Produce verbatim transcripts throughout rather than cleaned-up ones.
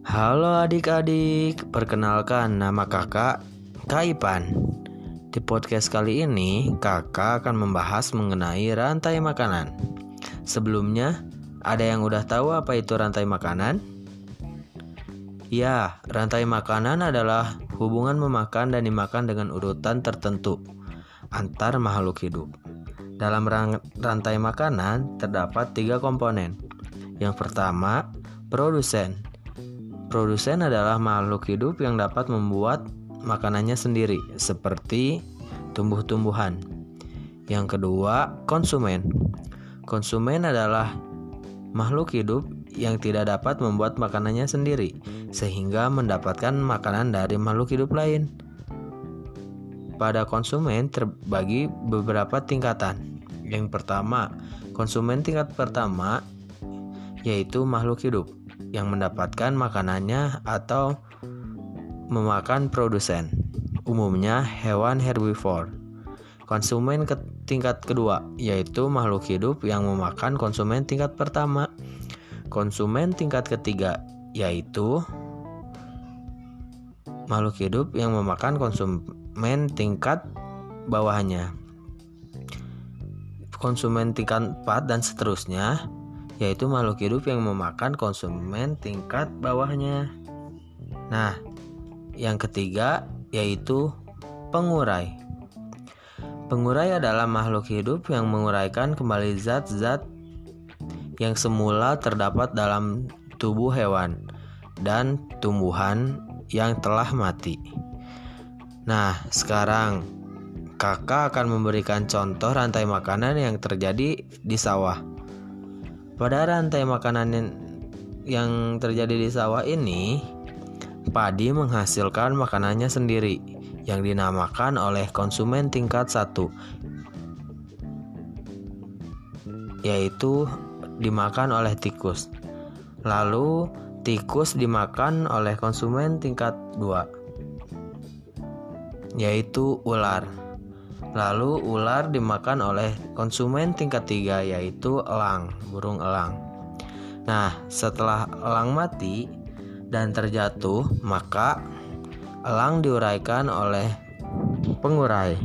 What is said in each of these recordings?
Halo adik-adik, perkenalkan nama kakak Kak Ipan. Di podcast kali ini, kakak akan membahas mengenai rantai makanan. Sebelumnya, ada yang udah tahu apa itu rantai makanan? Ya, rantai makanan adalah hubungan memakan dan dimakan dengan urutan tertentu antar makhluk hidup. Dalam rantai makanan terdapat tiga komponen. Yang pertama, produsen. Produsen adalah makhluk hidup yang dapat membuat makanannya sendiri, seperti tumbuh-tumbuhan. Yang kedua, konsumen. Konsumen adalah makhluk hidup yang tidak dapat membuat makanannya sendiri, sehingga mendapatkan makanan dari makhluk hidup lain. Pada konsumen terbagi beberapa tingkatan. Yang pertama, konsumen tingkat pertama yaitu makhluk hidup yang mendapatkan makanannya atau memakan produsen, umumnya hewan herbivore. Konsumen ke tingkat kedua yaitu makhluk hidup yang memakan konsumen tingkat pertama. Konsumen tingkat ketiga yaitu makhluk hidup yang memakan konsumen tingkat bawahnya. Konsumen tingkat empat dan seterusnya yaitu makhluk hidup yang memakan konsumen tingkat bawahnya. Nah, yang ketiga yaitu pengurai. Pengurai adalah makhluk hidup yang menguraikan kembali zat-zat yang semula terdapat dalam tubuh hewan dan tumbuhan yang telah mati. Nah, sekarang kakak akan memberikan contoh rantai makanan yang terjadi di sawah. Pada rantai makanan yang terjadi di sawah ini, padi menghasilkan makanannya sendiri yang dinamakan oleh konsumen tingkat satu, yaitu dimakan oleh tikus. Lalu tikus dimakan oleh konsumen tingkat dua, yaitu ular. Lalu ular dimakan oleh konsumen tingkat tiga yaitu elang, burung elang. Nah, setelah elang mati dan terjatuh, maka elang diuraikan oleh pengurai,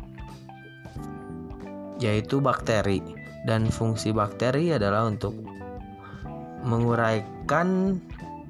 yaitu bakteri. Dan fungsi bakteri adalah untuk menguraikan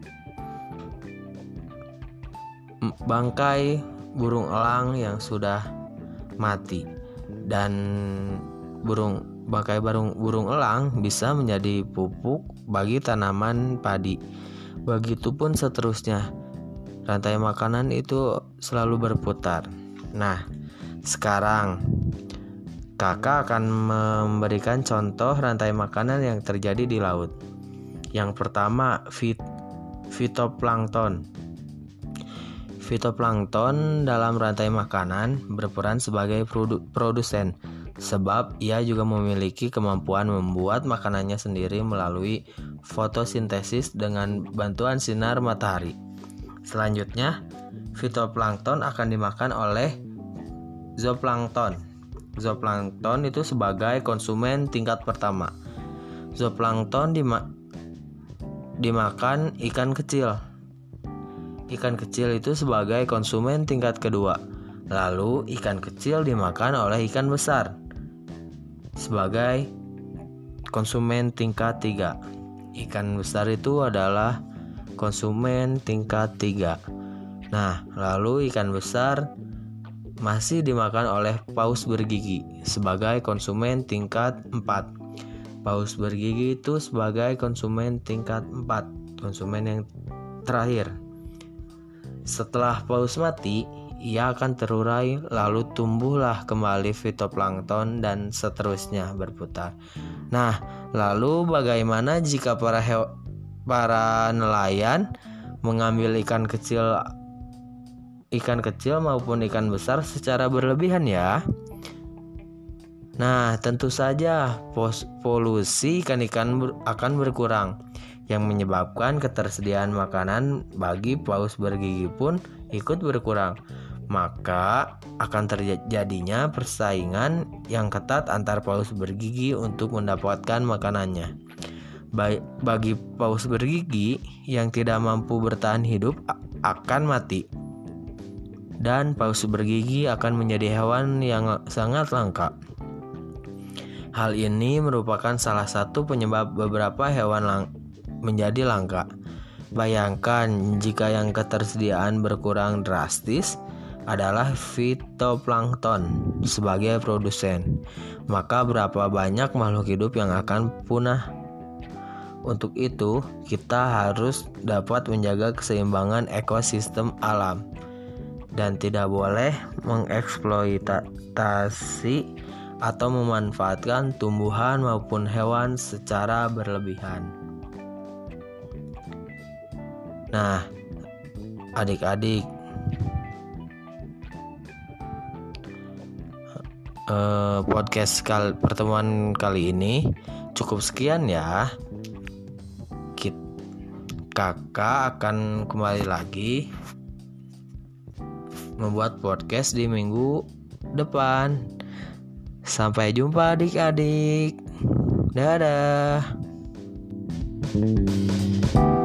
bangkai burung elang yang sudah mati, dan burung bangkai burung burung elang bisa menjadi pupuk bagi tanaman padi. Begitupun seterusnya. Rantai makanan itu selalu berputar. Nah, sekarang kakak akan memberikan contoh rantai makanan yang terjadi di laut. Yang pertama, fit, fitoplankton. Fitoplankton dalam rantai makanan berperan sebagai produ- produsen, sebab ia juga memiliki kemampuan membuat makanannya sendiri melalui fotosintesis dengan bantuan sinar matahari. Selanjutnya, fitoplankton akan dimakan oleh zooplankton. Zooplankton itu sebagai konsumen tingkat pertama. Zooplankton dima- dimakan ikan kecil. Ikan kecil itu sebagai konsumen tingkat kedua. Lalu ikan kecil dimakan oleh ikan besar sebagai konsumen tingkat tiga. Ikan besar itu adalah konsumen tingkat tiga. Nah, lalu ikan besar masih dimakan oleh paus bergigi sebagai konsumen tingkat empat. Paus bergigi itu sebagai konsumen tingkat empat, konsumen yang terakhir. Setelah paus mati, ia akan terurai, lalu tumbuhlah kembali fitoplankton dan seterusnya berputar. Nah, lalu bagaimana jika para hew- para nelayan mengambil ikan kecil ikan kecil maupun ikan besar secara berlebihan ya? Nah, tentu saja pos- polusi ikan-ikan ber- akan berkurang, yang menyebabkan ketersediaan makanan bagi paus bergigi pun ikut berkurang. Maka akan terjadinya persaingan yang ketat antar paus bergigi untuk mendapatkan makanannya. Bagi paus bergigi yang tidak mampu bertahan hidup akan mati, dan paus bergigi akan menjadi hewan yang sangat langka. Hal ini merupakan salah satu penyebab beberapa hewan lang- menjadi langka. Bayangkan jika yang ketersediaan berkurang drastis adalah fitoplankton sebagai produsen, maka berapa banyak makhluk hidup yang akan punah. Untuk itu, kita harus dapat menjaga keseimbangan ekosistem alam dan tidak boleh mengeksploitasi atau memanfaatkan tumbuhan maupun hewan secara berlebihan. Nah, adik-adik, eh, podcast kal- pertemuan kali ini cukup sekian ya. Kakak akan kembali lagi membuat podcast di minggu depan. Sampai jumpa adik-adik. Dadah.